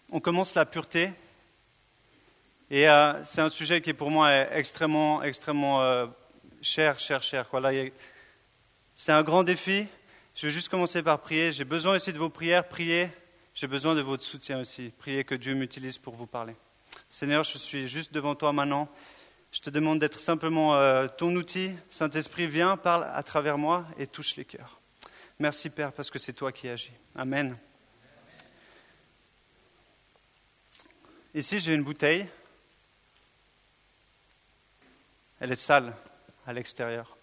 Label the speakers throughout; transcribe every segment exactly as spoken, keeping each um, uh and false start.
Speaker 1: on commence la pureté. Et euh, c'est un sujet qui pour moi est extrêmement, extrêmement euh, cher, cher, cher. Quoi. Là, il y a... C'est un grand défi. Je vais juste commencer par prier. J'ai besoin aussi de vos prières. Priez. J'ai besoin de votre soutien aussi. Priez que Dieu m'utilise pour vous parler. Seigneur, je suis juste devant toi maintenant. Je te demande d'être simplement euh, ton outil. Saint-Esprit, viens, parle à travers moi et touche les cœurs. Merci Père, parce que c'est toi qui agis. Amen. Ici, j'ai une bouteille. Elle est sale à l'extérieur.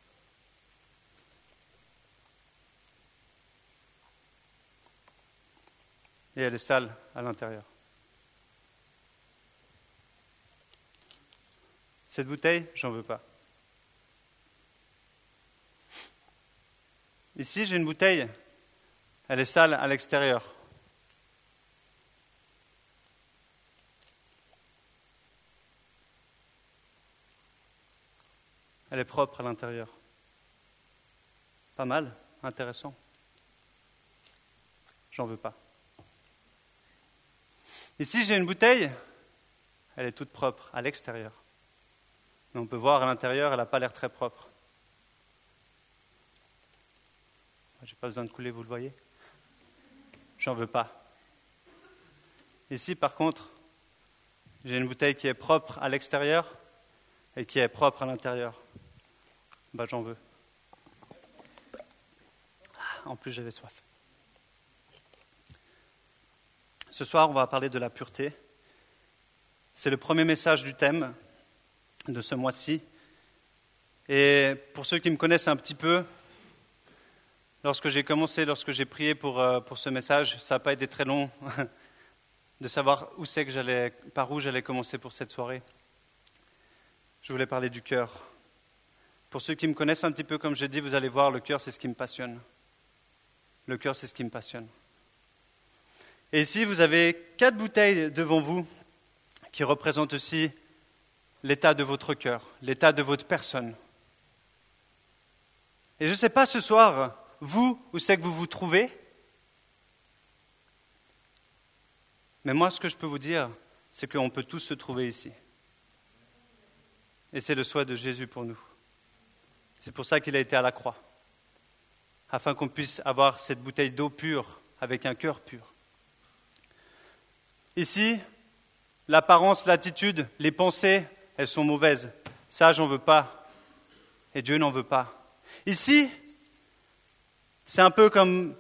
Speaker 1: Et elle est sale à l'intérieur. Cette bouteille, j'en veux pas. Ici, j'ai une bouteille. Elle est sale à l'extérieur. Elle est propre à l'intérieur. Pas mal, intéressant. J'en veux pas. Ici, j'ai une bouteille. Elle est toute propre à l'extérieur. Mais on peut voir à l'intérieur, elle n'a pas l'air très propre. J'ai pas besoin de couler, vous le voyez. J'en veux pas. Ici, par contre, j'ai une bouteille qui est propre à l'extérieur et qui est propre à l'intérieur. Bah, j'en veux. En plus, j'avais soif. Ce soir, on va parler de la pureté. C'est le premier message du thème de ce mois-ci. Et pour ceux qui me connaissent un petit peu, lorsque j'ai commencé, lorsque j'ai prié pour, euh, pour ce message, ça n'a pas été très long de savoir où c'est que j'allais, par où j'allais commencer pour cette soirée. Je voulais parler du cœur. Pour ceux qui me connaissent un petit peu, comme j'ai dit, vous allez voir, le cœur, c'est ce qui me passionne. Le cœur, c'est ce qui me passionne. Et ici, vous avez quatre bouteilles devant vous qui représentent aussi l'état de votre cœur, l'état de votre personne. Et je ne sais pas ce soir, vous, où c'est que vous vous trouvez, mais moi, ce que je peux vous dire, c'est qu'on peut tous se trouver ici. Et c'est le souhait de Jésus pour nous. C'est pour ça qu'il a été à la croix, afin qu'on puisse avoir cette bouteille d'eau pure, avec un cœur pur. Ici, l'apparence, l'attitude, les pensées, elles sont mauvaises. Ça, j'en veux pas. Et Dieu n'en veut pas. Ici, c'est un peu comme...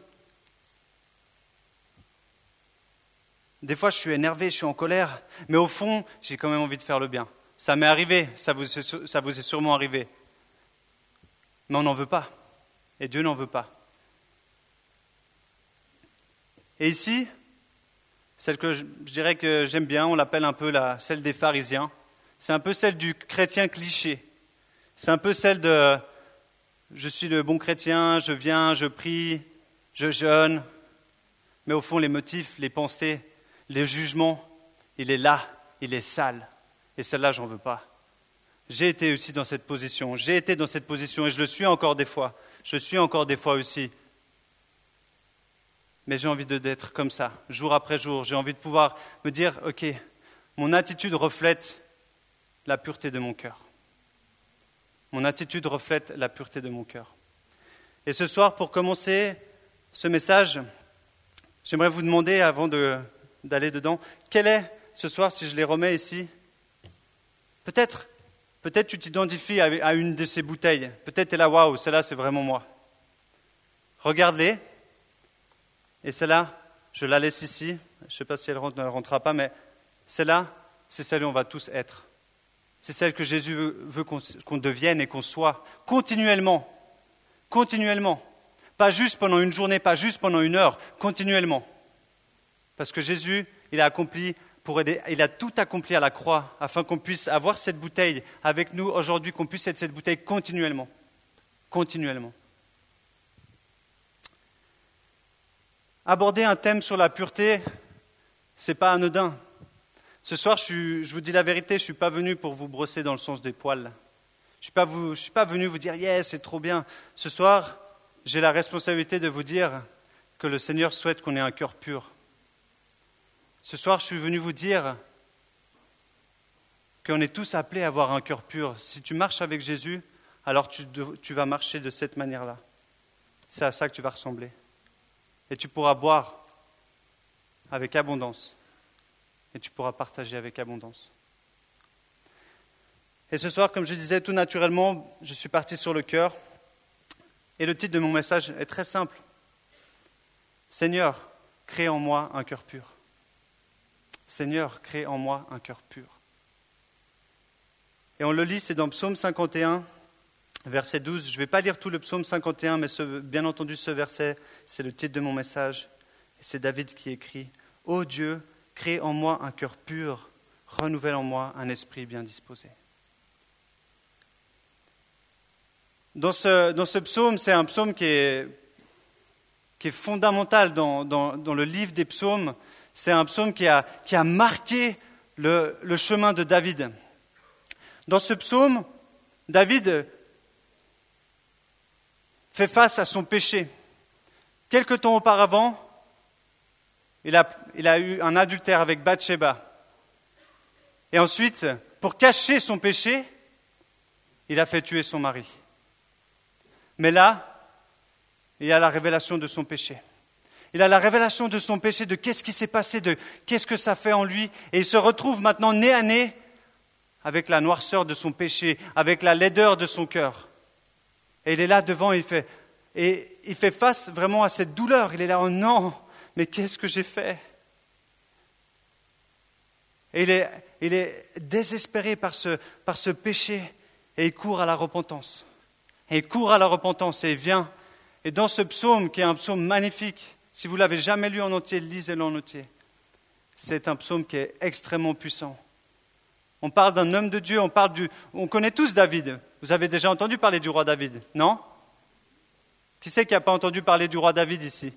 Speaker 1: Des fois, je suis énervé, je suis en colère, mais au fond, j'ai quand même envie de faire le bien. Ça m'est arrivé, ça vous, ça vous est sûrement arrivé. Mais on n'en veut pas. Et Dieu n'en veut pas. Et ici, celle que je, je dirais que j'aime bien, on l'appelle un peu la, celle des pharisiens. C'est un peu celle du chrétien cliché. C'est un peu celle de « je suis le bon chrétien, je viens, je prie, je jeûne ». Mais au fond, les motifs, les pensées, les jugements, il est là, il est sale. Et celle-là, j'en veux pas. J'ai été aussi dans cette position, j'ai été dans cette position et je le suis encore des fois. Je le suis encore des fois aussi. Mais j'ai envie de, d'être comme ça, jour après jour. J'ai envie de pouvoir me dire, ok, mon attitude reflète la pureté de mon cœur. Mon attitude reflète la pureté de mon cœur. Et ce soir, pour commencer ce message, j'aimerais vous demander, avant de, d'aller dedans, quel est, ce soir, si je les remets ici, peut-être, peut-être tu t'identifies à, à une de ces bouteilles. Peut-être tu es là, waouh, celle-là, c'est vraiment moi. Regarde-les. Et celle-là, je la laisse ici. Je ne sais pas si elle rentre, ne rentrera pas, mais celle-là, c'est celle où on va tous être. C'est celle que Jésus veut, veut qu'on, qu'on devienne et qu'on soit continuellement. Continuellement. Pas juste pendant une journée, pas juste pendant une heure, continuellement. Parce que Jésus, il a accompli, pour aider, il a tout accompli à la croix, afin qu'on puisse avoir cette bouteille avec nous aujourd'hui, qu'on puisse être cette bouteille continuellement. Continuellement. Aborder un thème sur la pureté, c'est pas anodin. Ce soir, je, suis, je vous dis la vérité, je ne suis pas venu pour vous brosser dans le sens des poils. Je ne suis pas venu vous dire « yes, c'est trop bien ». Ce soir, j'ai la responsabilité de vous dire que le Seigneur souhaite qu'on ait un cœur pur. Ce soir, je suis venu vous dire qu'on est tous appelés à avoir un cœur pur. Si tu marches avec Jésus, alors tu, tu vas marcher de cette manière-là. C'est à ça que tu vas ressembler. Et tu pourras boire avec abondance. Et tu pourras partager avec abondance. Et ce soir, comme je disais, tout naturellement, je suis parti sur le cœur. Et le titre de mon message est très simple. Seigneur, crée en moi un cœur pur. Seigneur, crée en moi un cœur pur. Et on le lit, c'est dans Psaume cinquante et un, verset douze. Je ne vais pas lire tout le Psaume cinquante et un, mais ce, bien entendu, ce verset, c'est le titre de mon message. Et c'est David qui écrit « Ô Dieu, crée en moi un cœur pur, renouvelle en moi un esprit bien disposé. » Dans ce, dans ce psaume, c'est un psaume qui est, qui est fondamental dans, dans, dans le livre des psaumes. C'est un psaume qui a, qui a marqué le, le chemin de David. Dans ce psaume, David fait face à son péché. Quelque temps auparavant, il a, il a eu un adultère avec Bathsheba. Et ensuite, pour cacher son péché, il a fait tuer son mari. Mais là, il y a la révélation de son péché. Il a la révélation de son péché, de qu'est-ce qui s'est passé, de qu'est-ce que ça fait en lui. Et il se retrouve maintenant nez à nez avec la noirceur de son péché, avec la laideur de son cœur. Et il est là devant, il fait, et il fait face vraiment à cette douleur. Il est là, oh non, mais qu'est-ce que j'ai fait? Et il est, il est désespéré par ce, par ce péché et il court à la repentance. Et il court à la repentance et il vient. Et dans ce psaume, qui est un psaume magnifique, si vous ne l'avez jamais lu en entier, lisez-le en entier. C'est un psaume qui est extrêmement puissant. On parle d'un homme de Dieu, on parle du... On connaît tous David. Vous avez déjà entendu parler du roi David, non? Qui c'est qui n'a pas entendu parler du roi David ici?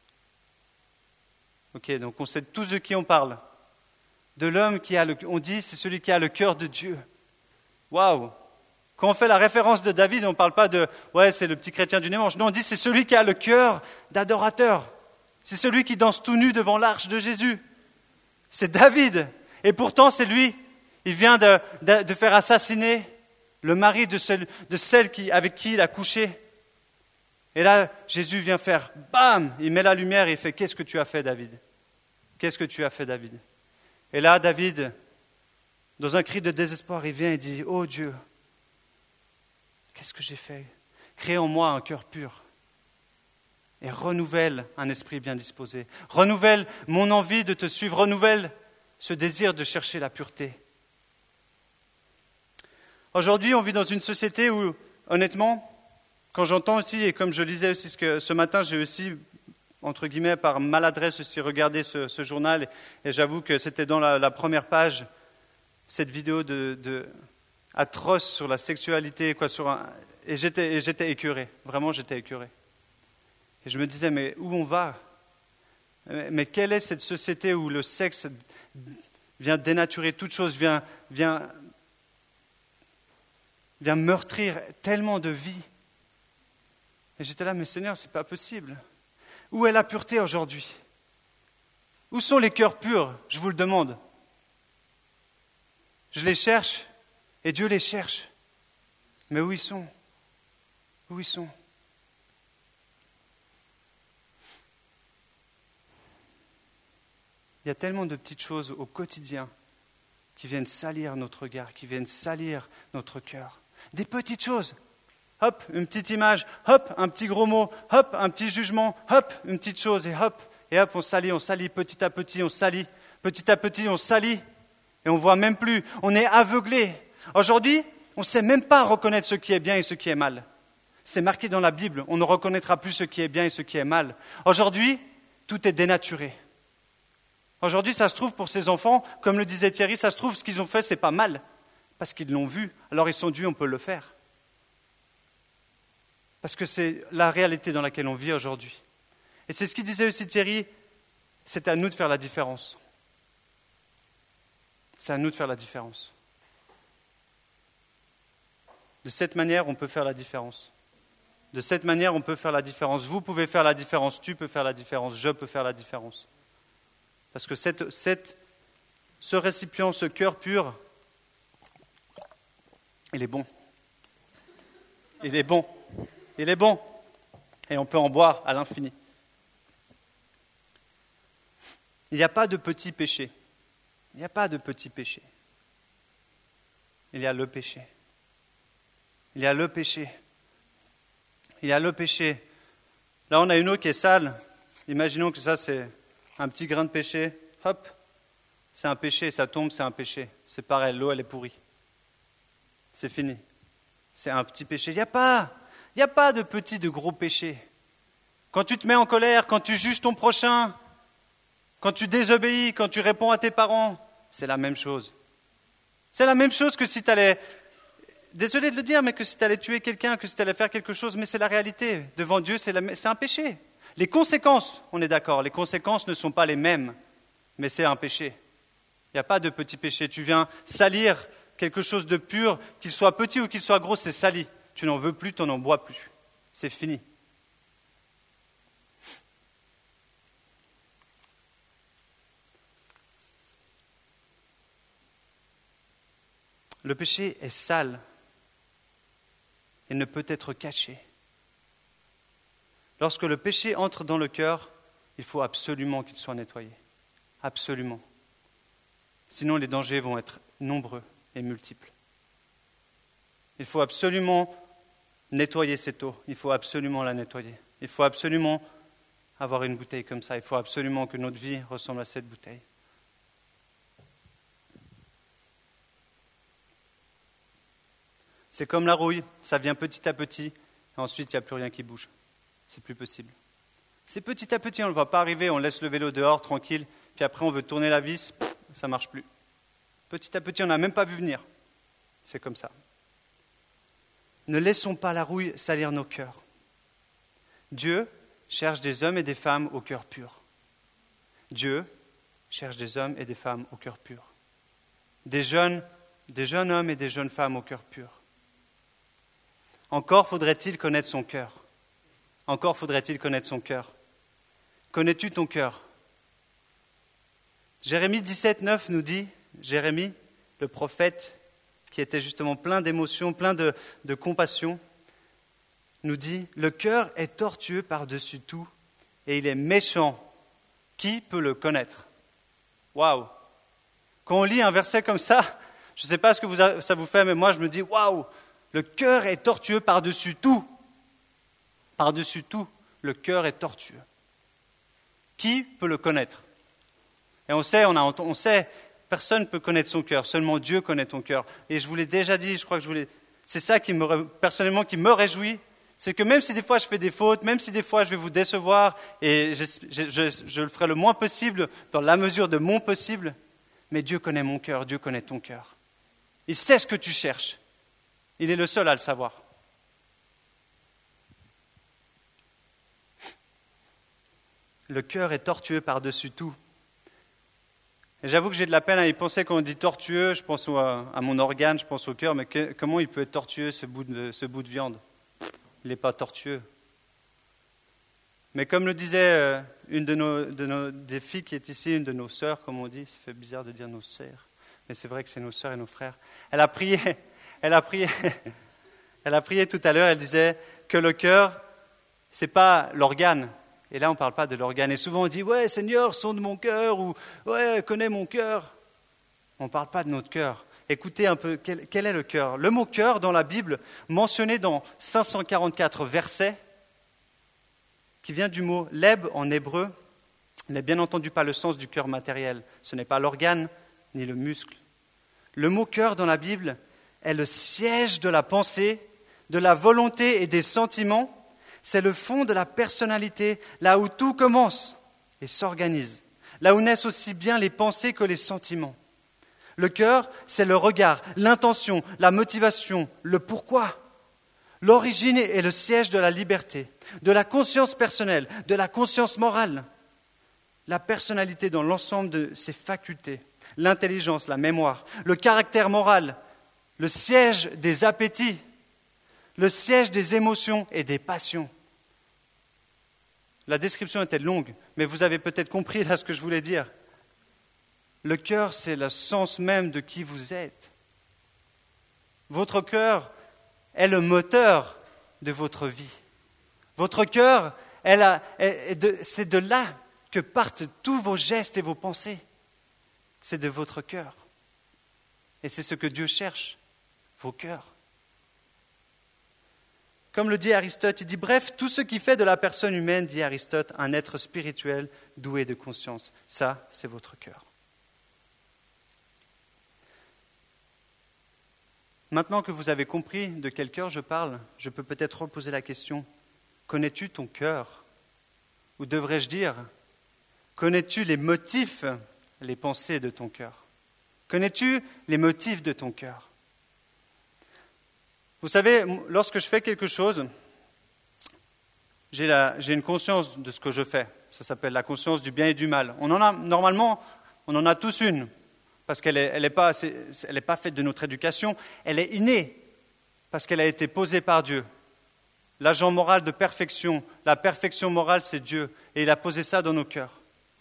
Speaker 1: Ok, donc on sait tous de qui on parle. De l'homme qui a le... On dit, c'est celui qui a le cœur de Dieu. Waouh! Quand on fait la référence de David, on ne parle pas de « ouais, c'est le petit chrétien du dimanche ». Non, on dit c'est celui qui a le cœur d'adorateur. C'est celui qui danse tout nu devant l'arche de Jésus. C'est David. Et pourtant, c'est lui. Il vient de, de, de faire assassiner le mari de, seul, de celle qui, avec qui il a couché. Et là, Jésus vient faire « bam !» Il met la lumière et il fait « qu'est-ce que tu as fait, David ? Qu'est-ce que tu as fait, David ?» Et là, David, dans un cri de désespoir, il vient et dit « oh Dieu !» Qu'est-ce que j'ai fait? Crée en moi un cœur pur et renouvelle un esprit bien disposé. Renouvelle mon envie de te suivre, renouvelle ce désir de chercher la pureté. Aujourd'hui, on vit dans une société où, honnêtement, quand j'entends aussi, et comme je lisais aussi ce, que, ce matin, j'ai aussi, entre guillemets, par maladresse aussi regardé ce, ce journal, et j'avoue que c'était dans la, la première page, cette vidéo de... de atroce sur la sexualité, quoi, sur un... et, j'étais, et j'étais écœuré, vraiment j'étais écœuré. Et je me disais, mais où on va? Mais quelle est cette société où le sexe vient dénaturer toute chose, vient, vient, vient meurtrir tellement de vies? Et j'étais là, mais Seigneur, c'est pas possible. Où est la pureté aujourd'hui? Où sont les cœurs purs? Je vous le demande. Je les cherche. Et Dieu les cherche. Mais où ils sont? Où ils sont? Il y a tellement de petites choses au quotidien qui viennent salir notre regard, qui viennent salir notre cœur. Des petites choses. Hop, une petite image. Hop, un petit gros mot. Hop, un petit jugement. Hop, une petite chose. Et hop, et hop, on salit, on salit petit à petit, on salit. Petit à petit, on salit. Et on ne voit même plus. On est aveuglé. Aujourd'hui, on ne sait même pas reconnaître ce qui est bien et ce qui est mal. C'est marqué dans la Bible, on ne reconnaîtra plus ce qui est bien et ce qui est mal. Aujourd'hui, tout est dénaturé. Aujourd'hui, ça se trouve pour ces enfants, comme le disait Thierry, ça se trouve ce qu'ils ont fait, c'est pas mal, parce qu'ils l'ont vu, alors ils sont dus, on peut le faire. Parce que c'est la réalité dans laquelle on vit aujourd'hui. Et c'est ce qu'il disait aussi Thierry, c'est à nous de faire la différence. C'est à nous de faire la différence. De cette manière, on peut faire la différence. De cette manière, on peut faire la différence. Vous pouvez faire la différence, tu peux faire la différence, je peux faire la différence. Parce que cette, cette, ce récipient, ce cœur pur, il est bon. Il est bon. Il est bon. Et on peut en boire à l'infini. Il n'y a pas de petit péché. Il n'y a pas de petit péché. Il y a le péché. Il y a le péché. Il y a le péché. Là, on a une eau qui est sale. Imaginons que ça, c'est un petit grain de péché. Hop, c'est un péché. Ça tombe, c'est un péché. C'est pareil, l'eau, elle est pourrie. C'est fini. C'est un petit péché. Il n'y a pas, il n'y a pas de petit, de gros péché. Quand tu te mets en colère, quand tu juges ton prochain, quand tu désobéis, quand tu réponds à tes parents, c'est la même chose. C'est la même chose que si tu allais, désolé de le dire, mais que si tu allais tuer quelqu'un, que si tu allais faire quelque chose, mais c'est la réalité. Devant Dieu, c'est, la, c'est un péché. Les conséquences, on est d'accord, les conséquences ne sont pas les mêmes, mais c'est un péché. Il n'y a pas de petit péché. Tu viens salir quelque chose de pur, qu'il soit petit ou qu'il soit gros, c'est sali. Tu n'en veux plus, tu n'en bois plus. C'est fini. Le péché est sale et ne peut être caché. Lorsque le péché entre dans le cœur, il faut absolument qu'il soit nettoyé. Absolument. Sinon, les dangers vont être nombreux et multiples. Il faut absolument nettoyer cette eau. Il faut absolument la nettoyer. Il faut absolument avoir une bouteille comme ça. Il faut absolument que notre vie ressemble à cette bouteille. C'est comme la rouille, ça vient petit à petit, et ensuite il n'y a plus rien qui bouge. C'est plus possible. C'est petit à petit, on ne le voit pas arriver, on laisse le vélo dehors, tranquille, puis après on veut tourner la vis, ça ne marche plus. Petit à petit, on n'a même pas vu venir. C'est comme ça. Ne laissons pas la rouille salir nos cœurs. Dieu cherche des hommes et des femmes au cœur pur. Dieu cherche des hommes et des femmes au cœur pur. Des jeunes, des jeunes hommes et des jeunes femmes au cœur pur. Encore faudrait-il connaître son cœur. Encore faudrait-il connaître son cœur. Connais-tu ton cœur ? Jérémie dix-sept, neuf nous dit, Jérémie, le prophète, qui était justement plein d'émotions, plein de, de compassion, nous dit, le cœur est tortueux par-dessus tout et il est méchant. Qui peut le connaître ? Waouh ! Quand on lit un verset comme ça, je ne sais pas ce que vous a, ça vous fait, mais moi je me dis, waouh ! Le cœur est tortueux par-dessus tout. Par-dessus tout, le cœur est tortueux. Qui peut le connaître ? Et on sait, on, a, on sait, personne ne peut connaître son cœur, seulement Dieu connaît ton cœur. Et je vous l'ai déjà dit, je crois que je vous l'ai... C'est ça qui me, personnellement qui me réjouit, c'est que même si des fois je fais des fautes, même si des fois je vais vous décevoir, et je, je, je, je le ferai le moins possible, dans la mesure de mon possible, mais Dieu connaît mon cœur, Dieu connaît ton cœur. Il sait ce que tu cherches. Il est le seul à le savoir. Le cœur est tortueux par-dessus tout. Et j'avoue que j'ai de la peine à y penser quand on dit tortueux, je pense à, à mon organe, je pense au cœur, mais que, comment il peut être tortueux ce bout de, ce bout de viande ? Il n'est pas tortueux. Mais comme le disait euh, une de nos, de nos des filles qui est ici, une de nos sœurs, comme on dit, ça fait bizarre de dire nos sœurs, mais c'est vrai que c'est nos sœurs et nos frères. Elle a prié, elle a prié, elle a prié tout à l'heure, elle disait que le cœur, c'est pas l'organe. Et là, on ne parle pas de l'organe. Et souvent, on dit, ouais, Seigneur, sonde mon cœur, ou ouais, connais mon cœur. On ne parle pas de notre cœur. Écoutez un peu, quel, quel est le cœur ? Le mot cœur dans la Bible, mentionné dans cinq cent quarante-quatre versets, qui vient du mot leb en hébreu, n'est bien entendu pas le sens du cœur matériel. Ce n'est pas l'organe ni le muscle. Le mot cœur dans la Bible est le siège de la pensée, de la volonté et des sentiments. C'est le fond de la personnalité, là où tout commence et s'organise, là où naissent aussi bien les pensées que les sentiments. Le cœur, c'est le regard, l'intention, la motivation, le pourquoi. L'origine est le siège de la liberté, de la conscience personnelle, de la conscience morale. La personnalité dans l'ensemble de ses facultés, l'intelligence, la mémoire, le caractère moral, le siège des appétits, le siège des émotions et des passions. La description était longue, mais vous avez peut-être compris là ce que je voulais dire. Le cœur, c'est le sens même de qui vous êtes. Votre cœur est le moteur de votre vie. Votre cœur, elle a, est de, c'est de là que partent tous vos gestes et vos pensées. C'est de votre cœur. Et c'est ce que Dieu cherche, vos cœurs. Comme le dit Aristote, il dit, bref, tout ce qui fait de la personne humaine, dit Aristote, un être spirituel doué de conscience. Ça, c'est votre cœur. Maintenant que vous avez compris de quel cœur je parle, je peux peut-être reposer la question, connais-tu ton cœur ? Ou devrais-je dire, connais-tu les motifs, les pensées de ton cœur ? Connais-tu les motifs de ton cœur ? Vous savez, lorsque je fais quelque chose, j'ai, la, j'ai une conscience de ce que je fais. Ça s'appelle la conscience du bien et du mal. On en a, normalement, on en a tous une, parce qu'elle n'est elle est pas, elle est pas faite de notre éducation. Elle est innée, parce qu'elle a été posée par Dieu. L'agent moral de perfection, la perfection morale, c'est Dieu. Et il a posé ça dans nos cœurs.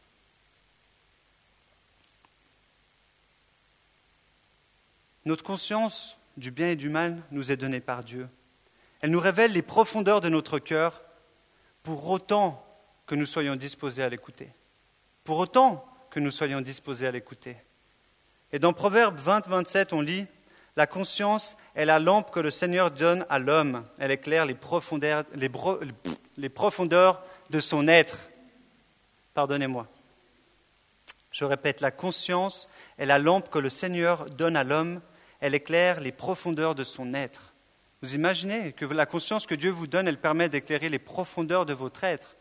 Speaker 1: Notre conscience du bien et du mal nous est donnée par Dieu. Elle nous révèle les profondeurs de notre cœur pour autant que nous soyons disposés à l'écouter. Pour autant que nous soyons disposés à l'écouter. Et dans Proverbe vingt, vingt-sept, on lit « La conscience est la lampe que le Seigneur donne à l'homme. Elle éclaire les profondeurs, les, bro, les profondeurs de son être. » Pardonnez-moi. Je répète, la conscience est la lampe que le Seigneur donne à l'homme. Elle éclaire les profondeurs de son être. Vous imaginez que la conscience que Dieu vous donne, elle permet d'éclairer les profondeurs de votre être.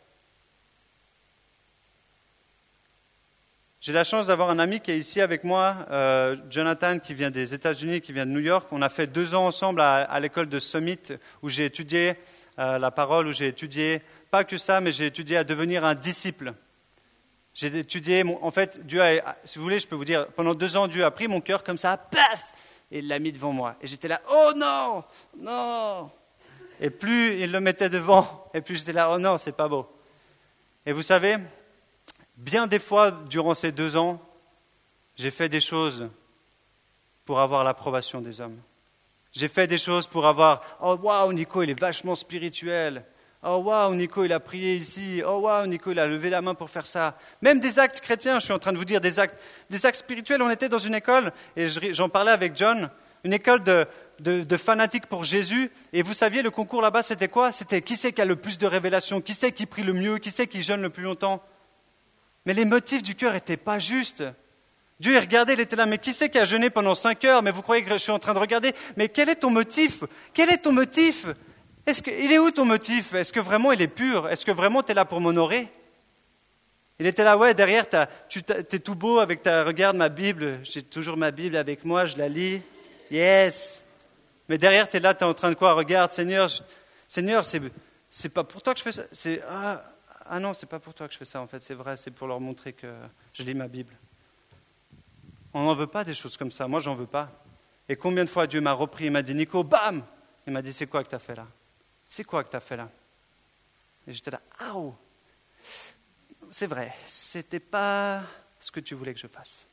Speaker 1: J'ai la chance d'avoir un ami qui est ici avec moi, euh, Jonathan, qui vient des États-Unis, qui vient de New York. On a fait deux ans ensemble à, à l'école de Summit, où j'ai étudié euh, la parole, où j'ai étudié, pas que ça, mais j'ai étudié à devenir un disciple. J'ai étudié, en fait, Dieu a, si vous voulez, je peux vous dire, pendant deux ans, Dieu a pris mon cœur comme ça, paf, et il l'a mis devant moi. Et j'étais là, oh non, non. Et plus il le mettait devant, et plus j'étais là, oh non, c'est pas beau. Et vous savez, bien des fois, durant ces deux ans, j'ai fait des choses pour avoir l'approbation des hommes. J'ai fait des choses pour avoir, oh waouh, Nico, il est vachement spirituel. Oh waouh, Nico, il a prié ici. Oh waouh, Nico, il a levé la main pour faire ça. Même des actes chrétiens, je suis en train de vous dire des actes, des actes spirituels. On était dans une école, et j'en parlais avec John, une école de, de, de fanatiques pour Jésus. Et vous saviez, le concours là-bas, c'était quoi ? C'était qui c'est qui a le plus de révélations, qui c'est qui prie le mieux, qui c'est qui jeûne le plus longtemps. Mais les motifs du cœur n'étaient pas justes. Dieu, il regardait, il était là, mais qui c'est qui a jeûné pendant cinq heures ? Mais vous croyez que je suis en train de regarder ? Mais quel est ton motif ? Quel est ton motif ? Est-ce que, il est où ton motif ? Est-ce que vraiment il est pur ? Est-ce que vraiment tu es là pour m'honorer ? Il était là, ouais, derrière, t'as, tu es tout beau avec ta, regarde ma Bible, j'ai toujours ma Bible avec moi, je la lis, yes. Mais derrière, tu es là, tu es en train de quoi ? Regarde, Seigneur, je, Seigneur, c'est, c'est pas pour toi que je fais ça. C'est, ah, ah non, c'est pas pour toi que je fais ça, en fait, c'est vrai, c'est pour leur montrer que je lis ma Bible. On n'en veut pas des choses comme ça, moi j'en veux pas. Et combien de fois Dieu m'a repris, il m'a dit, Nico, bam ! Il m'a dit, c'est quoi que tu as fait là ? C'est quoi que tu as fait là ? Et j'étais là, aouh ! C'est vrai, c'était pas ce que tu voulais que je fasse.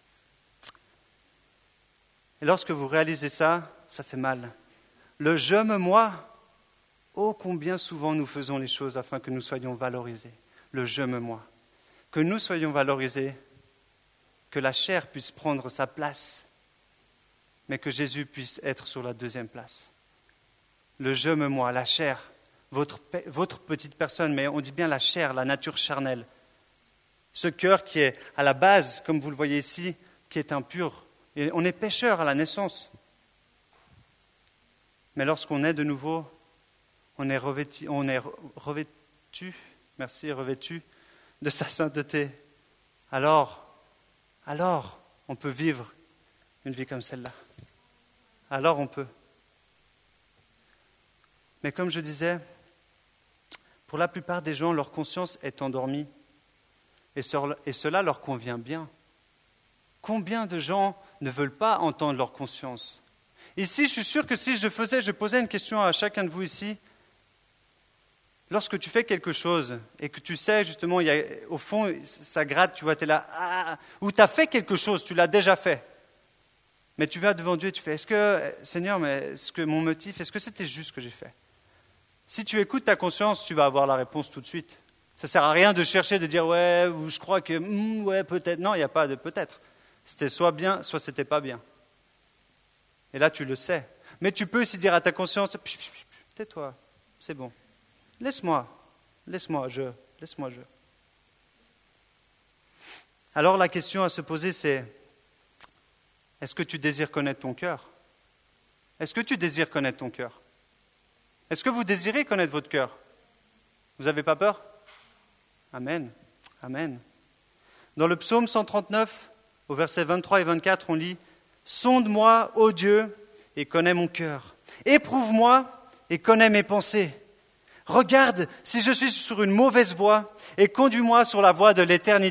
Speaker 1: Et lorsque vous réalisez ça, ça fait mal. Le je me moi, oh combien souvent nous faisons les choses afin que nous soyons valorisés. Le je me moi. Que nous soyons valorisés, que la chair puisse prendre sa place, mais que Jésus puisse être sur la deuxième place. Le je me moi, la chair, votre, votre petite personne, mais on dit bien la chair, la nature charnelle. Ce cœur qui est à la base, comme vous le voyez ici, qui est impur. Et on est pécheur à la naissance. Mais lorsqu'on est de nouveau, on est revêtu, on est revêtu, merci, revêtu de sa sainteté. Alors, alors, on peut vivre une vie comme celle-là. Alors on peut. Mais comme je disais, pour la plupart des gens, leur conscience est endormie. Et cela leur convient bien. Combien de gens ne veulent pas entendre leur conscience ? Ici, je suis sûr que si je faisais, je posais une question à chacun de vous ici. lorsque tu fais quelque chose et que tu sais justement, il y a, au fond, ça gratte, tu vois, tu es là, ah, ou tu as fait quelque chose, tu l'as déjà fait. Mais tu vas devant Dieu et tu fais, est-ce que, Seigneur, mais est-ce que mon motif, est-ce que c'était juste ce que j'ai fait? Si tu écoutes ta conscience, tu vas avoir la réponse tout de suite. Ça ne sert à rien de chercher, de dire, ouais, ou je crois que, mm, ouais, peut-être. Non, il n'y a pas de peut-être. C'était soit bien, soit c'était pas bien. Et là, tu le sais. Mais tu peux aussi dire à ta conscience, psh, psh, psh, tais-toi, c'est bon. Laisse-moi, laisse-moi, je, laisse-moi, je. Alors la question à se poser, c'est, est-ce que tu désires connaître ton cœur? Est-ce que tu désires connaître ton cœur? Est-ce que vous désirez connaître votre cœur? Vous n'avez pas peur? Amen, amen. Dans le psaume cent trente-neuf, au verset vingt-trois et vingt-quatre, on lit « Sonde-moi, ô Dieu, et connais mon cœur. Éprouve-moi et connais mes pensées. Regarde si je suis sur une mauvaise voie et conduis-moi sur la voie de l'éternité. »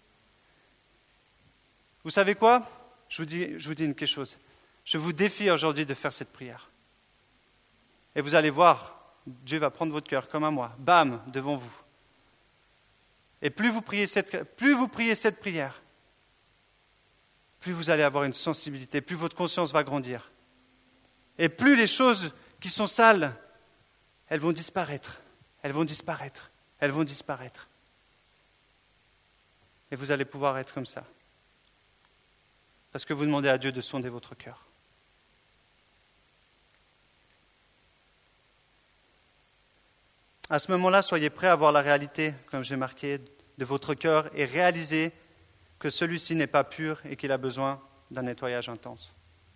Speaker 1: Vous savez quoi? Je vous dis, je vous dis une quelque chose. Je vous défie aujourd'hui de faire cette prière. Et vous allez voir, Dieu va prendre votre cœur comme à moi, bam, devant vous. Et plus vous priez cette, plus vous priez cette prière, plus vous allez avoir une sensibilité, plus votre conscience va grandir. Et plus les choses qui sont sales, elles vont disparaître, elles vont disparaître, elles vont disparaître. Et vous allez pouvoir être comme ça. Parce que vous demandez à Dieu de sonder votre cœur. À ce moment-là, soyez prêts à voir la réalité, comme j'ai marqué, de votre cœur et réalisez que celui-ci n'est pas pur et qu'il a besoin d'un nettoyage intense.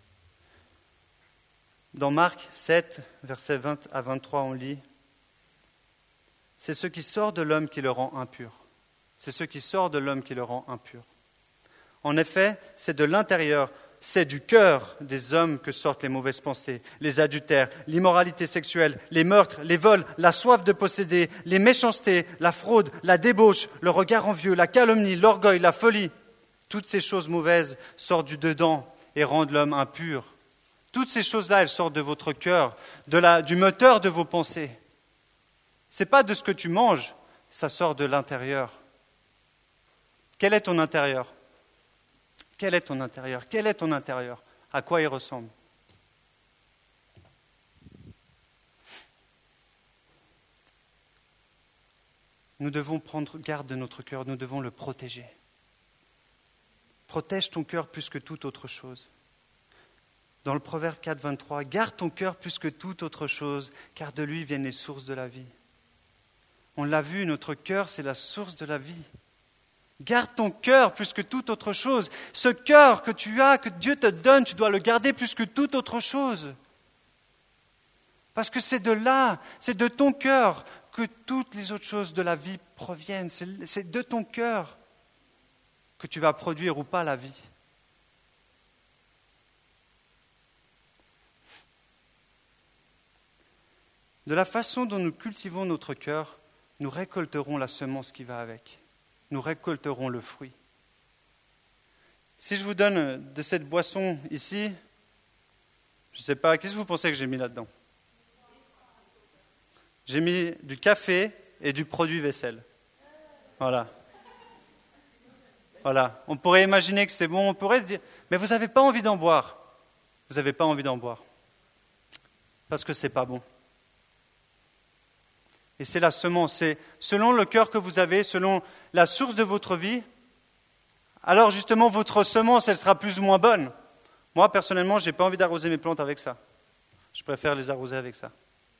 Speaker 1: Dans Marc sept, versets vingt à vingt-trois, on lit « C'est ce qui sort de l'homme qui le rend impur. C'est ce qui sort de l'homme qui le rend impur. En effet, c'est de l'intérieur, c'est du cœur des hommes que sortent les mauvaises pensées, les adultères, l'immoralité sexuelle, les meurtres, les vols, la soif de posséder, les méchancetés, la fraude, la débauche, le regard envieux, la calomnie, l'orgueil, la folie. Toutes ces choses mauvaises sortent du dedans et rendent l'homme impur. Toutes ces choses-là, elles sortent de votre cœur, de la, du moteur de vos pensées. Ce n'est pas de ce que tu manges, ça sort de l'intérieur. Quel est ton intérieur ? Quel est ton intérieur? Quel est ton intérieur? À quoi il ressemble? Nous devons prendre garde de notre cœur, nous devons le protéger. Protège ton cœur plus que toute autre chose. Dans le Proverbe quatre, vingt-trois, garde ton cœur plus que toute autre chose, car de lui viennent les sources de la vie. On l'a vu, notre cœur, c'est la source de la vie. Garde ton cœur plus que toute autre chose. Ce cœur que tu as, que Dieu te donne, tu dois le garder plus que toute autre chose. Parce que c'est de là, c'est de ton cœur que toutes les autres choses de la vie proviennent. C'est, c'est de ton cœur que tu vas produire ou pas la vie. De la façon dont nous cultivons notre cœur, nous récolterons la semence qui va avec. Nous récolterons le fruit. Si je vous donne de cette boisson ici, je ne sais pas, qu'est-ce que vous pensez que j'ai mis là-dedans? J'ai mis du café et du produit vaisselle. Voilà. Voilà. On pourrait imaginer que c'est bon, on pourrait dire, mais vous n'avez pas envie d'en boire. Vous n'avez pas envie d'en boire. Parce que ce n'est pas bon. Et c'est la semence, c'est selon le cœur que vous avez, selon la source de votre vie, alors justement votre semence, elle sera plus ou moins bonne. Moi, personnellement, je n'ai pas envie d'arroser mes plantes avec ça. Je préfère les arroser avec ça.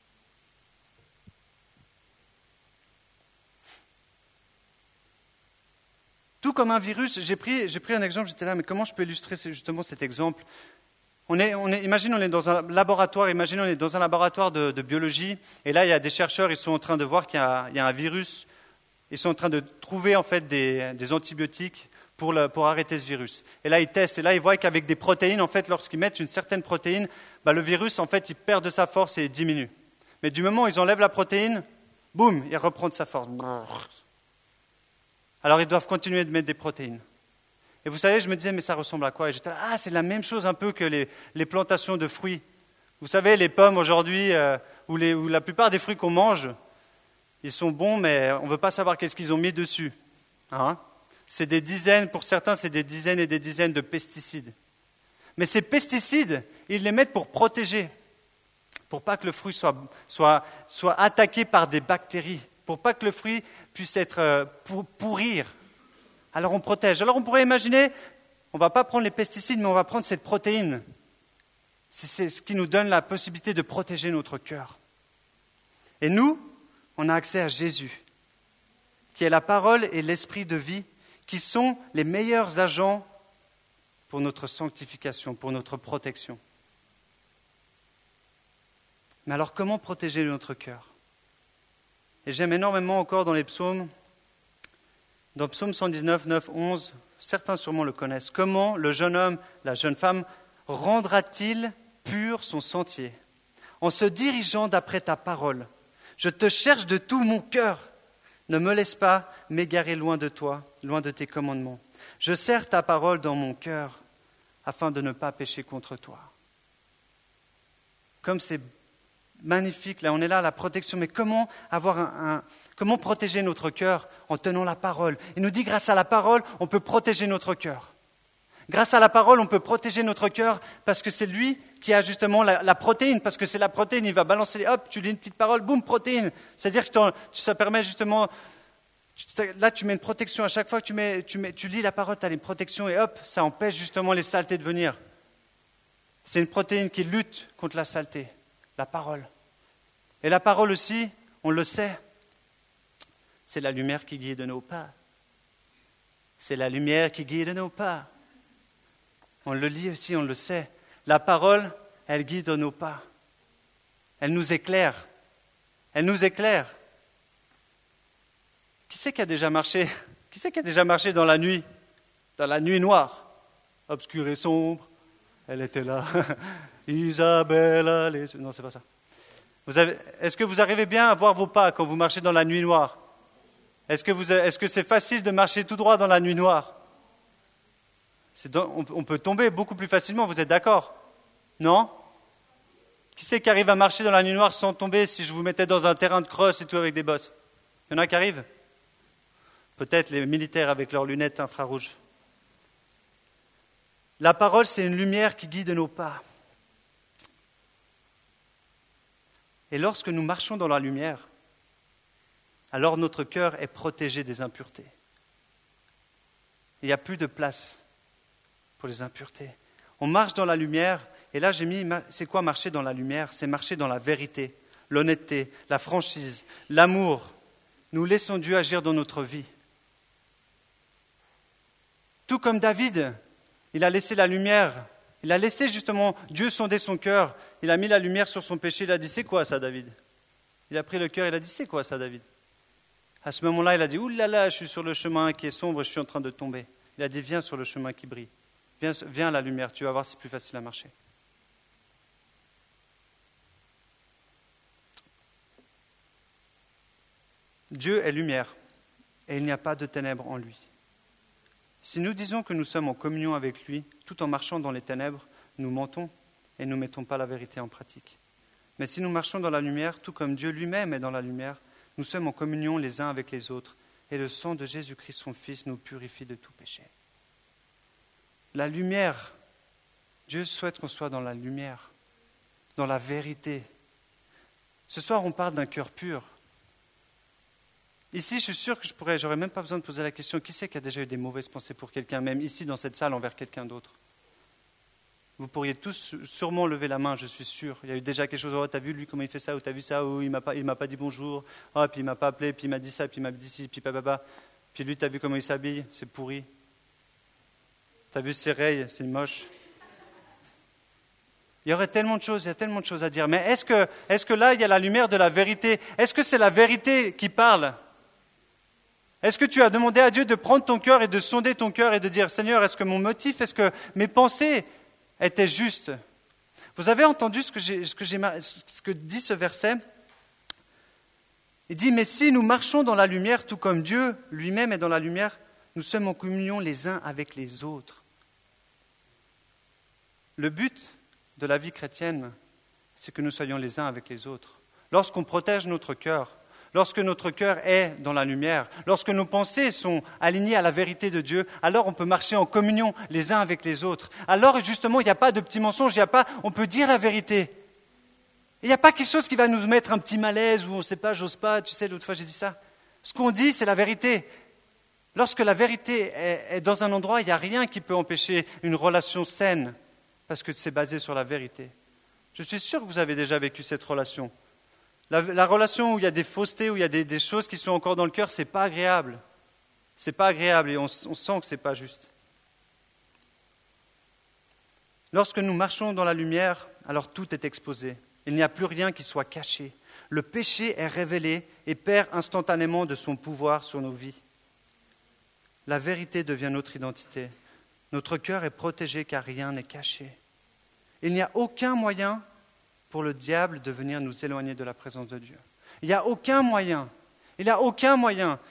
Speaker 1: Tout comme un virus, j'ai pris, j'ai pris un exemple, j'étais là, mais comment je peux illustrer justement cet exemple ? On est, on est, imagine, on est dans un laboratoire, imagine, on est dans un laboratoire de, de biologie, et là, il y a des chercheurs, ils sont en train de voir qu'il y a, il y a un virus, ils sont en train de trouver en fait des, des antibiotiques pour, le, pour arrêter ce virus. Et là, ils testent, et là, ils voient qu'avec des protéines, en fait, lorsqu'ils mettent une certaine protéine, bah, le virus, en fait, il perd de sa force et il diminue. Mais du moment où ils enlèvent la protéine, boum, il reprend de sa force. Alors, ils doivent continuer de mettre des protéines. Et vous savez, je me disais, mais ça ressemble à quoi? Et j'étais là, ah, c'est la même chose un peu que les, les plantations de fruits. Vous savez, les pommes aujourd'hui, euh, ou, les, ou la plupart des fruits qu'on mange, Ils sont bons, mais on ne veut pas savoir qu'est-ce qu'ils ont mis dessus. Hein? C'est des dizaines, pour certains, c'est des dizaines et des dizaines de pesticides. Mais ces pesticides, ils les mettent pour protéger, pour pas que le fruit soit, soit, soit attaqué par des bactéries, pour pas que le fruit puisse être euh, pour, pourrir. Alors on protège. Alors on pourrait imaginer, on ne va pas prendre les pesticides, mais on va prendre cette protéine. C'est ce qui nous donne la possibilité de protéger notre cœur. Et nous, on a accès à Jésus, qui est la parole et l'esprit de vie, qui sont les meilleurs agents pour notre sanctification, pour notre protection. Mais alors, comment protéger notre cœur? Et j'aime énormément encore dans les psaumes, dans Psaume cent dix-neuf, neuf, onze, certains sûrement le connaissent. Comment le jeune homme, la jeune femme, rendra-t-il pur son sentier en se dirigeant d'après ta parole? Je te cherche de tout mon cœur. Ne me laisse pas m'égarer loin de toi, loin de tes commandements. Je serre ta parole dans mon cœur afin de ne pas pécher contre toi. Comme c'est magnifique, là on est là, la protection, mais comment avoir un, un comment protéger notre cœur en tenant la parole? Il nous dit grâce à la parole, on peut protéger notre cœur. Grâce à la parole, on peut protéger notre cœur parce que c'est lui qui a justement la, la protéine, parce que c'est la protéine, il va balancer, hop, tu lis une petite parole, boum, protéine. C'est-à-dire que ça permet justement, là tu mets une protection, à chaque fois que tu, mets, tu, mets, tu lis la parole, tu as une protection et hop, ça empêche justement les saletés de venir. C'est une protéine qui lutte contre la saleté, la parole. Et la parole aussi, on le sait, c'est la lumière qui guide nos pas. C'est la lumière qui guide nos pas. On le lit aussi, on le sait. La parole, elle guide nos pas. Elle nous éclaire. Elle nous éclaire. Qui c'est qui a déjà marché? Qui c'est qui a déjà marché dans la nuit? Dans la nuit noire, obscure et sombre. Elle était là. Isabelle, les... Non, c'est pas ça. Vous avez... Est-ce que vous arrivez bien à voir vos pas quand vous marchez dans la nuit noire? Est-ce que, vous... Est-ce que c'est facile de marcher tout droit dans la nuit noire? C'est dans... On peut tomber beaucoup plus facilement, vous êtes d'accord? Non? Qui c'est qui arrive à marcher dans la nuit noire sans tomber si je vous mettais dans un terrain de crosse et tout avec des bosses? Il y en a qui arrivent? Peut-être les militaires avec leurs lunettes infrarouges. La parole, c'est une lumière qui guide nos pas. Et lorsque nous marchons dans la lumière, alors notre cœur est protégé des impuretés. Il n'y a plus de place pour les impuretés. On marche dans la lumière, et là j'ai mis, c'est quoi marcher dans la lumière? C'est marcher dans la vérité, l'honnêteté, la franchise, l'amour. Nous laissons Dieu agir dans notre vie. Tout comme David, il a laissé la lumière, il a laissé justement Dieu sonder son cœur, il a mis la lumière sur son péché, il a dit, c'est quoi ça David? Il a pris le cœur, il a dit, c'est quoi ça David? À ce moment-là, il a dit, ouh là là, je suis sur le chemin qui est sombre, je suis en train de tomber. Il a dit, viens sur le chemin qui brille, viens, viens à la lumière, tu vas voir, c'est plus facile à marcher. Dieu est lumière et il n'y a pas de ténèbres en lui. Si nous disons que nous sommes en communion avec lui, tout en marchant dans les ténèbres, nous mentons et nous ne mettons pas la vérité en pratique. Mais si nous marchons dans la lumière, tout comme Dieu lui-même est dans la lumière, nous sommes en communion les uns avec les autres et le sang de Jésus-Christ, son Fils, nous purifie de tout péché. La lumière, Dieu souhaite qu'on soit dans la lumière, dans la vérité. Ce soir, on parle d'un cœur pur. Ici, je suis sûr que je pourrais, j'aurais même pas besoin de poser la question, qui c'est qui a déjà eu des mauvaises pensées pour quelqu'un, même ici dans cette salle, envers quelqu'un d'autre? Vous pourriez tous sûrement lever la main, je suis sûr. Il y a eu déjà quelque chose, oh, t'as vu lui comment il fait ça, ou t'as vu ça, ou il m'a pas, il m'a pas dit bonjour, oh, puis il m'a pas appelé, puis il m'a dit ça, puis il m'a dit ci, puis papa, puis lui, t'as vu comment il s'habille, c'est pourri. T'as vu ses rayes, c'est moche. Il y aurait tellement de choses, il y a tellement de choses à dire. Mais est-ce que, est-ce que là, il y a la lumière de la vérité? Est-ce que c'est la vérité qui parle? Est-ce que tu as demandé à Dieu de prendre ton cœur et de sonder ton cœur et de dire, Seigneur, est-ce que mon motif, est-ce que mes pensées étaient justes? Vous avez entendu ce que, j'ai, ce, que j'ai, ce que dit ce verset? Il dit, mais si nous marchons dans la lumière, tout comme Dieu lui-même est dans la lumière, nous sommes en communion les uns avec les autres. Le but de la vie chrétienne, c'est que nous soyons les uns avec les autres. Lorsqu'on protège notre cœur, lorsque notre cœur est dans la lumière, lorsque nos pensées sont alignées à la vérité de Dieu, alors on peut marcher en communion les uns avec les autres. Alors justement, il n'y a pas de petits mensonges, il n'y a pas, on peut dire la vérité. Il n'y a pas quelque chose qui va nous mettre un petit malaise où on ne sait pas, j'ose pas, tu sais, l'autre fois j'ai dit ça. Ce qu'on dit, c'est la vérité. Lorsque la vérité est, est dans un endroit, il n'y a rien qui peut empêcher une relation saine, parce que c'est basé sur la vérité. Je suis sûr que vous avez déjà vécu cette relation. La, la relation où il y a des faussetés, où il y a des, des choses qui sont encore dans le cœur, c'est pas agréable. C'est pas agréable et on, on sent que c'est pas juste. Lorsque nous marchons dans la lumière, alors tout est exposé. Il n'y a plus rien qui soit caché. Le péché est révélé et perd instantanément de son pouvoir sur nos vies. La vérité devient notre identité. Notre cœur est protégé car rien n'est caché. Il n'y a aucun moyen pour le diable de venir nous éloigner de la présence de Dieu. Il n'y a aucun moyen. Il n'y a aucun moyen.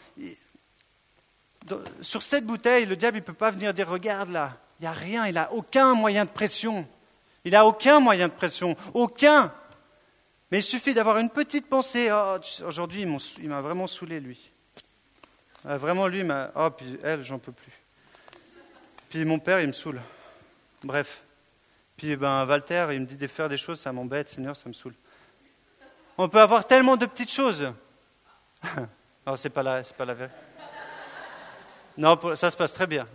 Speaker 1: Sur cette bouteille, le diable ne peut pas venir dire « Regarde là ». Il n'y a rien. Il n'a aucun moyen de pression. Il n'a aucun moyen de pression. Aucun. Mais il suffit d'avoir une petite pensée. Oh, aujourd'hui, il m'a vraiment saoulé, lui. Vraiment, lui, il m'a... Oh, puis elle, j'en peux plus. Puis mon père, il me saoule. Bref. Puis ben, Walter, il me dit de faire des choses, ça m'embête, Seigneur, ça me saoule. On peut avoir tellement de petites choses. Non, c'est pas la, c'est pas la vérité. Non, ça se passe très bien.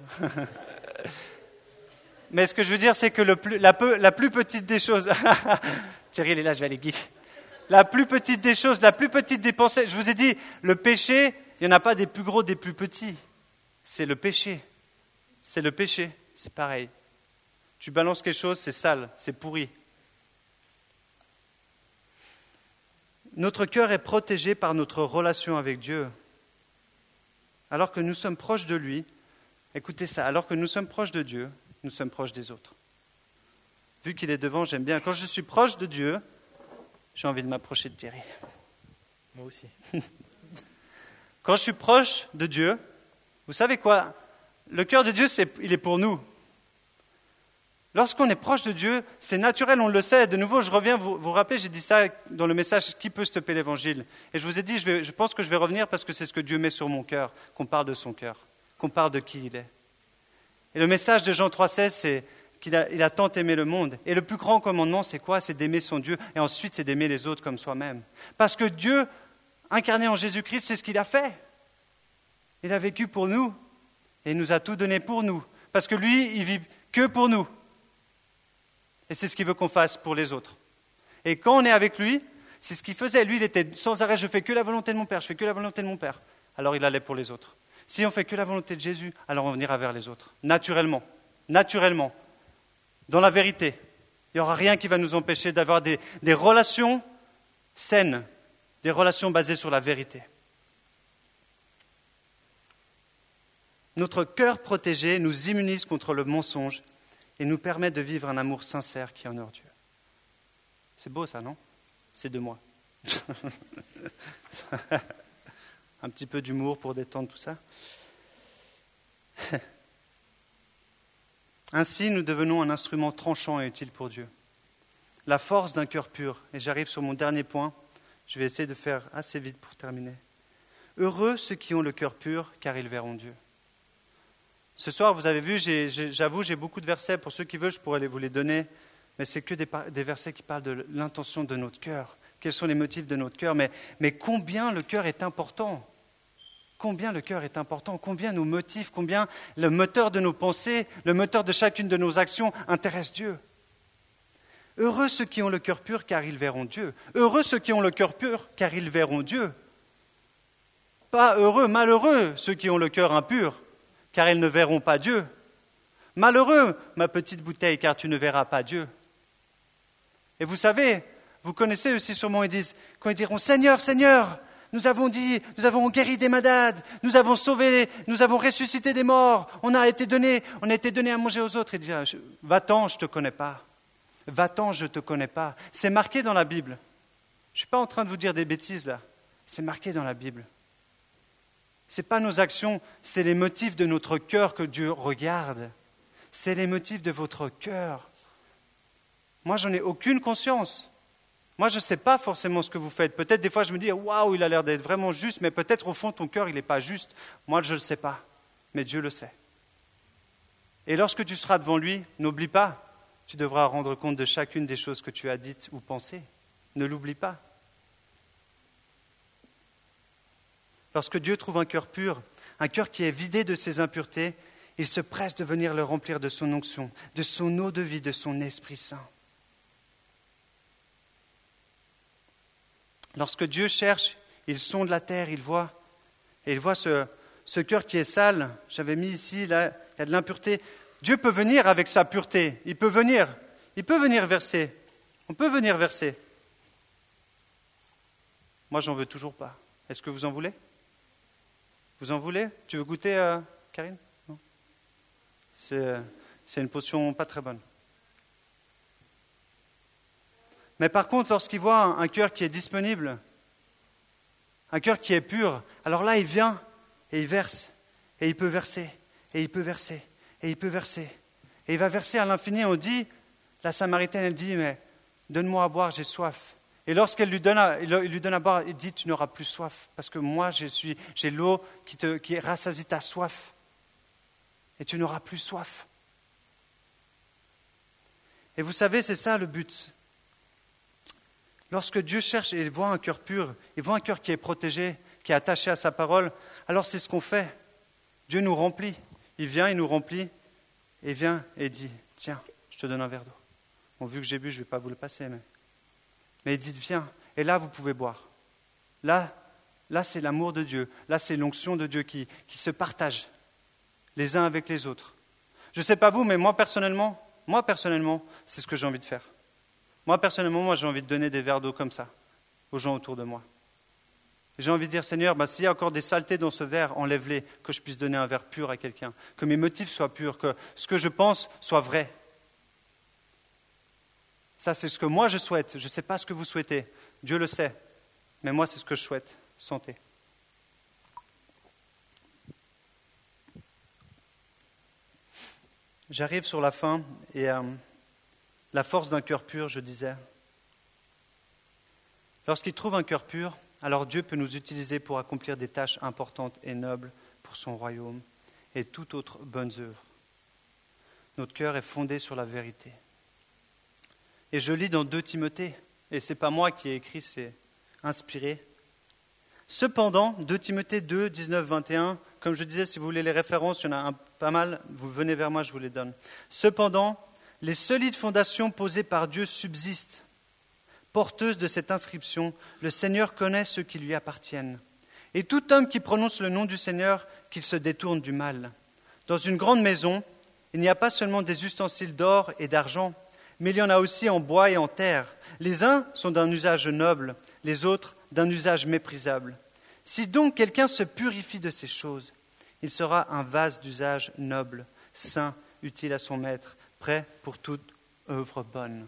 Speaker 1: Mais ce que je veux dire, c'est que le plus, la, peu, la plus petite des choses... Thierry, il est là, je vais aller guider. La plus petite des choses, la plus petite des pensées... Je vous ai dit, le péché, il n'y en a pas des plus gros, des plus petits. C'est le péché. C'est le péché. C'est pareil. Tu balances quelque chose, c'est sale, c'est pourri. Notre cœur est protégé par notre relation avec Dieu. Alors que nous sommes proches de lui, écoutez ça, alors que nous sommes proches de Dieu, nous sommes proches des autres. Vu qu'il est devant, j'aime bien. Quand je suis proche de Dieu, j'ai envie de m'approcher de Thierry.
Speaker 2: Moi aussi.
Speaker 1: Quand je suis proche de Dieu, vous savez quoi? Le cœur de Dieu, c'est, il est pour nous. Lorsqu'on est proche de Dieu, c'est naturel, on le sait. De nouveau, je reviens, vous vous rappelez, j'ai dit ça dans le message « Qui peut stopper l'évangile ?» Et je vous ai dit, je, vais, je pense que je vais revenir parce que c'est ce que Dieu met sur mon cœur, qu'on parle de son cœur, qu'on parle de qui il est. Et le message de Jean trois seize, c'est qu'il a, il a tant aimé le monde. Et le plus grand commandement, c'est quoi? C'est d'aimer son Dieu et ensuite, c'est d'aimer les autres comme soi-même. Parce que Dieu, incarné en Jésus-Christ, c'est ce qu'il a fait. Il a vécu pour nous et il nous a tout donné pour nous. Parce que lui, il vit que pour nous. Et c'est ce qu'il veut qu'on fasse pour les autres. Et quand on est avec lui, c'est ce qu'il faisait. Lui, il était sans arrêt, je fais que la volonté de mon Père, je fais que la volonté de mon Père. Alors il allait pour les autres. Si on fait que la volonté de Jésus, alors on ira vers les autres. Naturellement. Naturellement. Dans la vérité. Il n'y aura rien qui va nous empêcher d'avoir des, des relations saines. Des relations basées sur la vérité. Notre cœur protégé nous immunise contre le mensonge et nous permet de vivre un amour sincère qui honore Dieu. C'est beau ça, non? C'est de moi. Un petit peu d'humour pour détendre tout ça. Ainsi, nous devenons un instrument tranchant et utile pour Dieu. La force d'un cœur pur. Et j'arrive sur mon dernier point. Je vais essayer de faire assez vite pour terminer. Heureux ceux qui ont le cœur pur, car ils verront Dieu. Ce soir, vous avez vu, j'ai, j'ai, j'avoue, j'ai beaucoup de versets. Pour ceux qui veulent, je pourrais vous les donner. Mais c'est que des, des versets qui parlent de l'intention de notre cœur. Quels sont les motifs de notre cœur? Mais, mais combien le cœur est important? Combien le cœur est important? Combien nos motifs, combien le moteur de nos pensées, le moteur de chacune de nos actions intéresse Dieu? Heureux ceux qui ont le cœur pur, car ils verront Dieu. Heureux ceux qui ont le cœur pur, car ils verront Dieu. Pas heureux, malheureux ceux qui ont le cœur impur, car ils ne verront pas Dieu. Malheureux, ma petite bouteille, car tu ne verras pas Dieu. Et vous savez, vous connaissez aussi sûrement, ils disent, quand ils diront « Seigneur, Seigneur, nous avons dit, nous avons guéri des malades, nous avons sauvé, nous avons ressuscité des morts, on a été donné, on a été donné à manger aux autres. » Ils disent « Va-t'en, je ne te connais pas. Va-t'en, je ne te connais pas. » C'est marqué dans la Bible. Je ne suis pas en train de vous dire des bêtises là. C'est marqué dans la Bible. Ce n'est pas nos actions, c'est les motifs de notre cœur que Dieu regarde. C'est les motifs de votre cœur. Moi, j'en ai aucune conscience. Moi, je ne sais pas forcément ce que vous faites. Peut-être des fois, je me dis, waouh, il a l'air d'être vraiment juste, mais peut-être au fond, ton cœur, il n'est pas juste. Moi, je ne le sais pas, mais Dieu le sait. Et lorsque tu seras devant lui, n'oublie pas, tu devras rendre compte de chacune des choses que tu as dites ou pensées. Ne l'oublie pas. Lorsque Dieu trouve un cœur pur, un cœur qui est vidé de ses impuretés, il se presse de venir le remplir de son onction, de son eau de vie, de son Esprit Saint. Lorsque Dieu cherche, il sonde la terre, il voit, et il voit ce, ce cœur qui est sale. J'avais mis ici, là, il y a de l'impureté. Dieu peut venir avec sa pureté, il peut venir, il peut venir verser, on peut venir verser. Moi, j'en veux toujours pas. Est-ce que vous en voulez ? Vous en voulez ? Tu veux goûter, euh, Karine ? Non. C'est, c'est une potion pas très bonne. Mais par contre, lorsqu'il voit un, un cœur qui est disponible, un cœur qui est pur, alors là, il vient et il verse, et il peut verser, et il peut verser, et il peut verser. Et il va verser à l'infini. On dit, la Samaritaine, elle dit, mais donne-moi à boire, j'ai soif. Et lorsqu'elle lui donne à, il lui donne à boire, il dit, tu n'auras plus soif, parce que moi, je suis, j'ai l'eau qui, te, qui rassasie ta soif, et tu n'auras plus soif. Et vous savez, c'est ça le but. Lorsque Dieu cherche et il voit un cœur pur, il voit un cœur qui est protégé, qui est attaché à sa parole, alors c'est ce qu'on fait. Dieu nous remplit. Il vient, il nous remplit, et vient et dit, tiens, je te donne un verre d'eau. Bon, vu que j'ai bu, je ne vais pas vous le passer, mais... Mais il dit, viens, et là, vous pouvez boire. Là, là c'est l'amour de Dieu. Là, c'est l'onction de Dieu qui, qui se partage les uns avec les autres. Je ne sais pas vous, mais moi, personnellement, moi, personnellement, c'est ce que j'ai envie de faire. Moi, personnellement, moi, j'ai envie de donner des verres d'eau comme ça aux gens autour de moi. Et j'ai envie de dire, Seigneur, bah, s'il y a encore des saletés dans ce verre, enlève-les, que je puisse donner un verre pur à quelqu'un, que mes motifs soient purs, que ce que je pense soit vrai. Ça, c'est ce que moi je souhaite. Je ne sais pas ce que vous souhaitez. Dieu le sait. Mais moi, c'est ce que je souhaite. Santé. J'arrive sur la fin et euh, la force d'un cœur pur, je disais. Lorsqu'il trouve un cœur pur, alors Dieu peut nous utiliser pour accomplir des tâches importantes et nobles pour son royaume et toute autre bonne œuvre. Notre cœur est fondé sur la vérité. Et je lis dans deux Timothée, et ce n'est pas moi qui ai écrit, c'est inspiré. Cependant, deux Timothée deux, dix-neuf, vingt et un, comme je disais, si vous voulez les références, il y en a un, pas mal, vous venez vers moi, je vous les donne. Cependant, les solides fondations posées par Dieu subsistent. Porteuses de cette inscription, le Seigneur connaît ceux qui lui appartiennent. Et tout homme qui prononce le nom du Seigneur, qu'il se détourne du mal. Dans une grande maison, il n'y a pas seulement des ustensiles d'or et d'argent, mais il y en a aussi en bois et en terre. Les uns sont d'un usage noble, les autres d'un usage méprisable. Si donc quelqu'un se purifie de ces choses, il sera un vase d'usage noble, saint, utile à son maître, prêt pour toute œuvre bonne.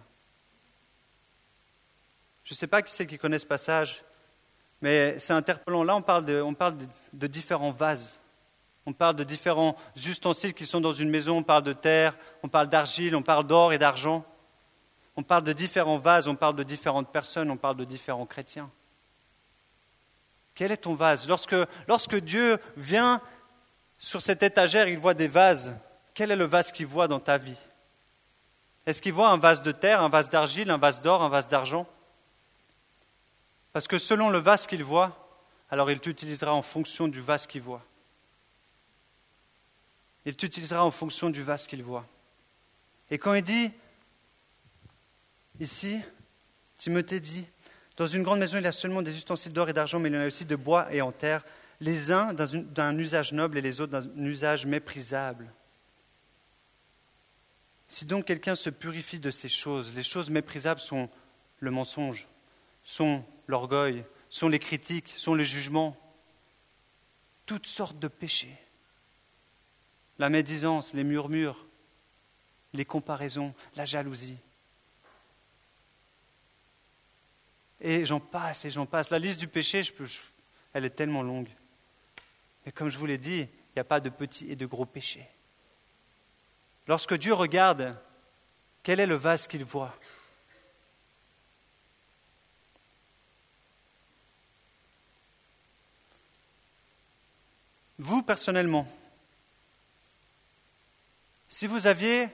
Speaker 1: Je ne sais pas qui c'est qui connaît ce passage, mais c'est interpellant. Là, on parle de, on parle de, de différents vases. On parle de différents ustensiles qui sont dans une maison. On parle de terre, on parle d'argile, on parle d'or et d'argent. On parle de différents vases, on parle de différentes personnes, on parle de différents chrétiens. Quel est ton vase ? Lorsque, lorsque Dieu vient sur cette étagère, il voit des vases. Quel est le vase qu'il voit dans ta vie ? Est-ce qu'il voit un vase de terre, un vase d'argile, un vase d'or, un vase d'argent ? Parce que selon le vase qu'il voit, alors il t'utilisera en fonction du vase qu'il voit. Il t'utilisera en fonction du vase qu'il voit. Et quand il dit, ici, Timothée dit, dans une grande maison, il y a seulement des ustensiles d'or et d'argent, mais il y en a aussi de bois et en terre, les uns d'un, d'un usage noble et les autres d'un usage méprisable. Si donc quelqu'un se purifie de ces choses, les choses méprisables sont le mensonge, sont l'orgueil, sont les critiques, sont les jugements, toutes sortes de péchés. La médisance, les murmures, les comparaisons, la jalousie. Et j'en passe, et j'en passe. La liste du péché, je peux, je, elle est tellement longue. Mais comme je vous l'ai dit, il n'y a pas de petits et de gros péchés. Lorsque Dieu regarde, quel est le vase qu'il voit ? Vous, personnellement, si vous aviez...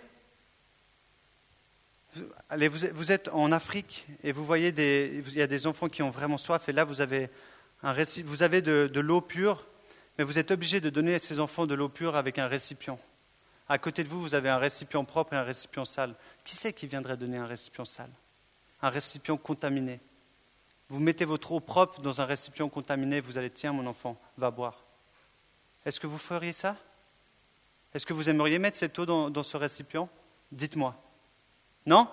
Speaker 1: Allez, vous êtes, vous êtes en Afrique et vous voyez des, il y a des enfants qui ont vraiment soif et là vous avez, un réci, vous avez de, de l'eau pure, mais vous êtes obligé de donner à ces enfants de l'eau pure avec un récipient. À côté de vous, vous avez un récipient propre et un récipient sale. Qui c'est qui viendrait donner un récipient sale? Un récipient contaminé. Vous mettez votre eau propre dans un récipient contaminé, vous allez, tiens mon enfant, va boire. Est-ce que vous feriez ça? Est-ce que vous aimeriez mettre cette eau dans, dans ce récipient? Dites-moi. Non?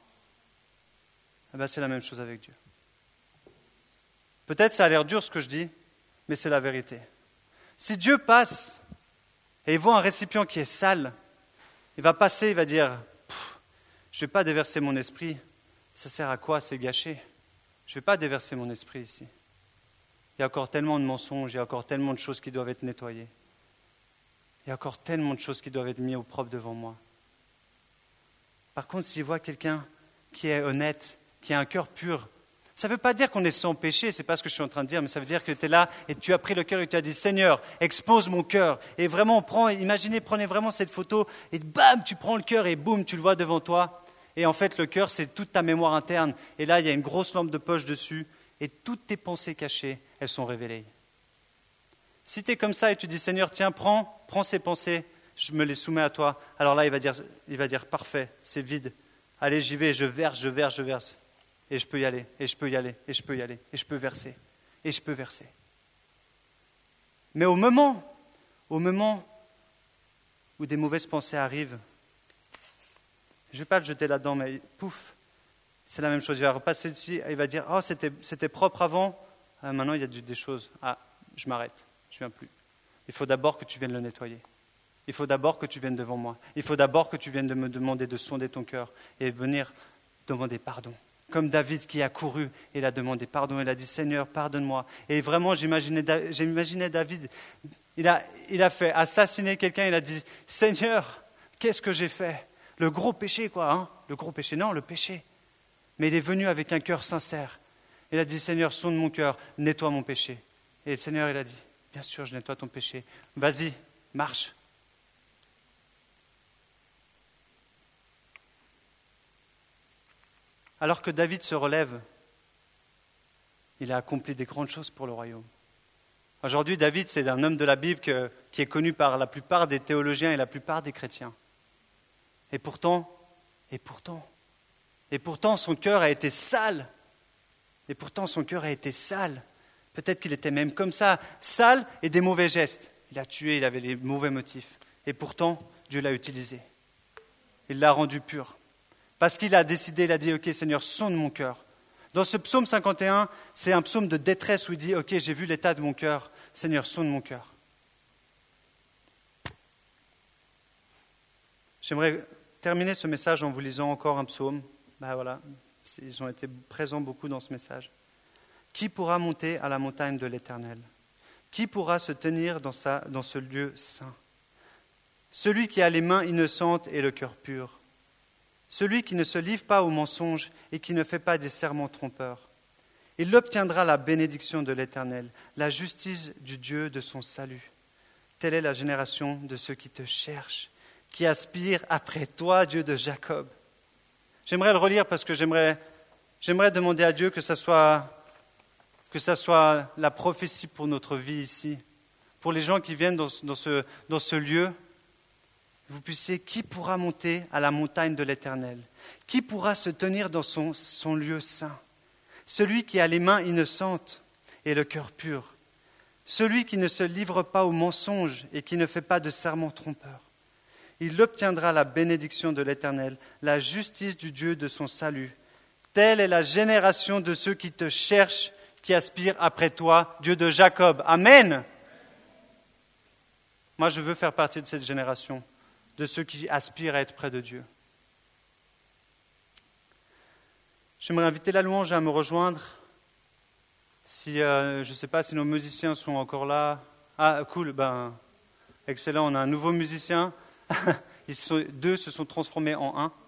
Speaker 1: Eh bien, c'est la même chose avec Dieu. Peut-être ça a l'air dur ce que je dis, mais c'est la vérité. Si Dieu passe et il voit un récipient qui est sale, il va passer, il va dire « Je ne vais pas déverser mon esprit, ça sert à quoi? C'est gâché. Je ne vais pas déverser mon esprit ici. Il y a encore tellement de mensonges, il y a encore tellement de choses qui doivent être nettoyées. Il y a encore tellement de choses qui doivent être mises au propre devant moi. » Par contre, s'il voit quelqu'un qui est honnête, qui a un cœur pur, ça ne veut pas dire qu'on est sans péché, ce n'est pas ce que je suis en train de dire, mais ça veut dire que tu es là et tu as pris le cœur et tu as dit « Seigneur, expose mon cœur ». Et vraiment, prends, imaginez, prenez vraiment cette photo et bam, tu prends le cœur et boum, tu le vois devant toi. Et en fait, le cœur, c'est toute ta mémoire interne. Et là, il y a une grosse lampe de poche dessus et toutes tes pensées cachées, elles sont révélées. Si tu es comme ça et tu dis « Seigneur, tiens, prends, prends ces pensées ». Je me les soumets à toi. Alors là, il va dire, il va dire parfait, c'est vide. Allez, j'y vais, je verse, je verse, je verse. Et je peux y aller, et je peux y aller, et je peux y aller, et je peux verser, et je peux verser. Mais au moment, au moment où des mauvaises pensées arrivent, je ne vais pas le jeter là-dedans, mais pouf, c'est la même chose. Il va repasser dessus, il va dire, oh, c'était, c'était propre avant, ah, maintenant il y a des choses. Ah, je m'arrête, je ne viens plus. Il faut d'abord que tu viennes le nettoyer. Il faut d'abord que tu viennes devant moi. Il faut d'abord que tu viennes de me demander de sonder ton cœur et venir demander pardon. Comme David qui a couru et il a demandé pardon. Il a dit, Seigneur, pardonne-moi. Et vraiment, j'imaginais, j'imaginais David, il a, il a fait assassiner quelqu'un. Il a dit, Seigneur, qu'est-ce que j'ai fait? Le gros péché, quoi. Hein? Le gros péché, non, le péché. Mais il est venu avec un cœur sincère. Il a dit, Seigneur, sonde mon cœur, nettoie mon péché. Et le Seigneur, il a dit, bien sûr, je nettoie ton péché. Vas-y, marche. Alors que David se relève, il a accompli des grandes choses pour le royaume. Aujourd'hui, David, c'est un homme de la Bible que, qui est connu par la plupart des théologiens et la plupart des chrétiens. Et pourtant, et pourtant, et pourtant, son cœur a été sale. Et pourtant, son cœur a été sale. Peut-être qu'il était même comme ça, sale et des mauvais gestes. Il a tué, il avait les mauvais motifs. Et pourtant, Dieu l'a utilisé. Il l'a rendu pur. Parce qu'il a décidé, il a dit, ok Seigneur, sonde mon cœur. Dans ce psaume cinquante et un, c'est un psaume de détresse où il dit, ok, j'ai vu l'état de mon cœur, Seigneur, sonde mon cœur. J'aimerais terminer ce message en vous lisant encore un psaume. Ben voilà, ils ont été présents beaucoup dans ce message. Qui pourra monter à la montagne de l'Éternel? Qui pourra se tenir dans, sa, dans ce lieu saint? Celui qui a les mains innocentes et le cœur pur. Celui qui ne se livre pas au mensonge et qui ne fait pas des serments trompeurs. Il obtiendra la bénédiction de l'Éternel, la justice du Dieu de son salut. Telle est la génération de ceux qui te cherchent, qui aspirent après toi, Dieu de Jacob. J'aimerais le relire parce que j'aimerais, j'aimerais demander à Dieu que ça soit, que ça soit la prophétie pour notre vie ici, pour les gens qui viennent dans, dans, ce, dans ce lieu. Vous puissiez, qui pourra monter à la montagne de l'Éternel? Qui pourra se tenir dans son, son lieu saint? Celui qui a les mains innocentes et le cœur pur. Celui qui ne se livre pas au mensonge et qui ne fait pas de serments trompeurs. Il obtiendra la bénédiction de l'Éternel, la justice du Dieu de son salut. Telle est la génération de ceux qui te cherchent, qui aspirent après toi, Dieu de Jacob. Amen. Moi, je veux faire partie de cette génération, de ceux qui aspirent à être près de Dieu. J'aimerais inviter la louange à me rejoindre. Si, euh, je ne sais pas si nos musiciens sont encore là. Ah, cool, ben, excellent, on a un nouveau musicien. Ils sont, deux se sont transformés en un.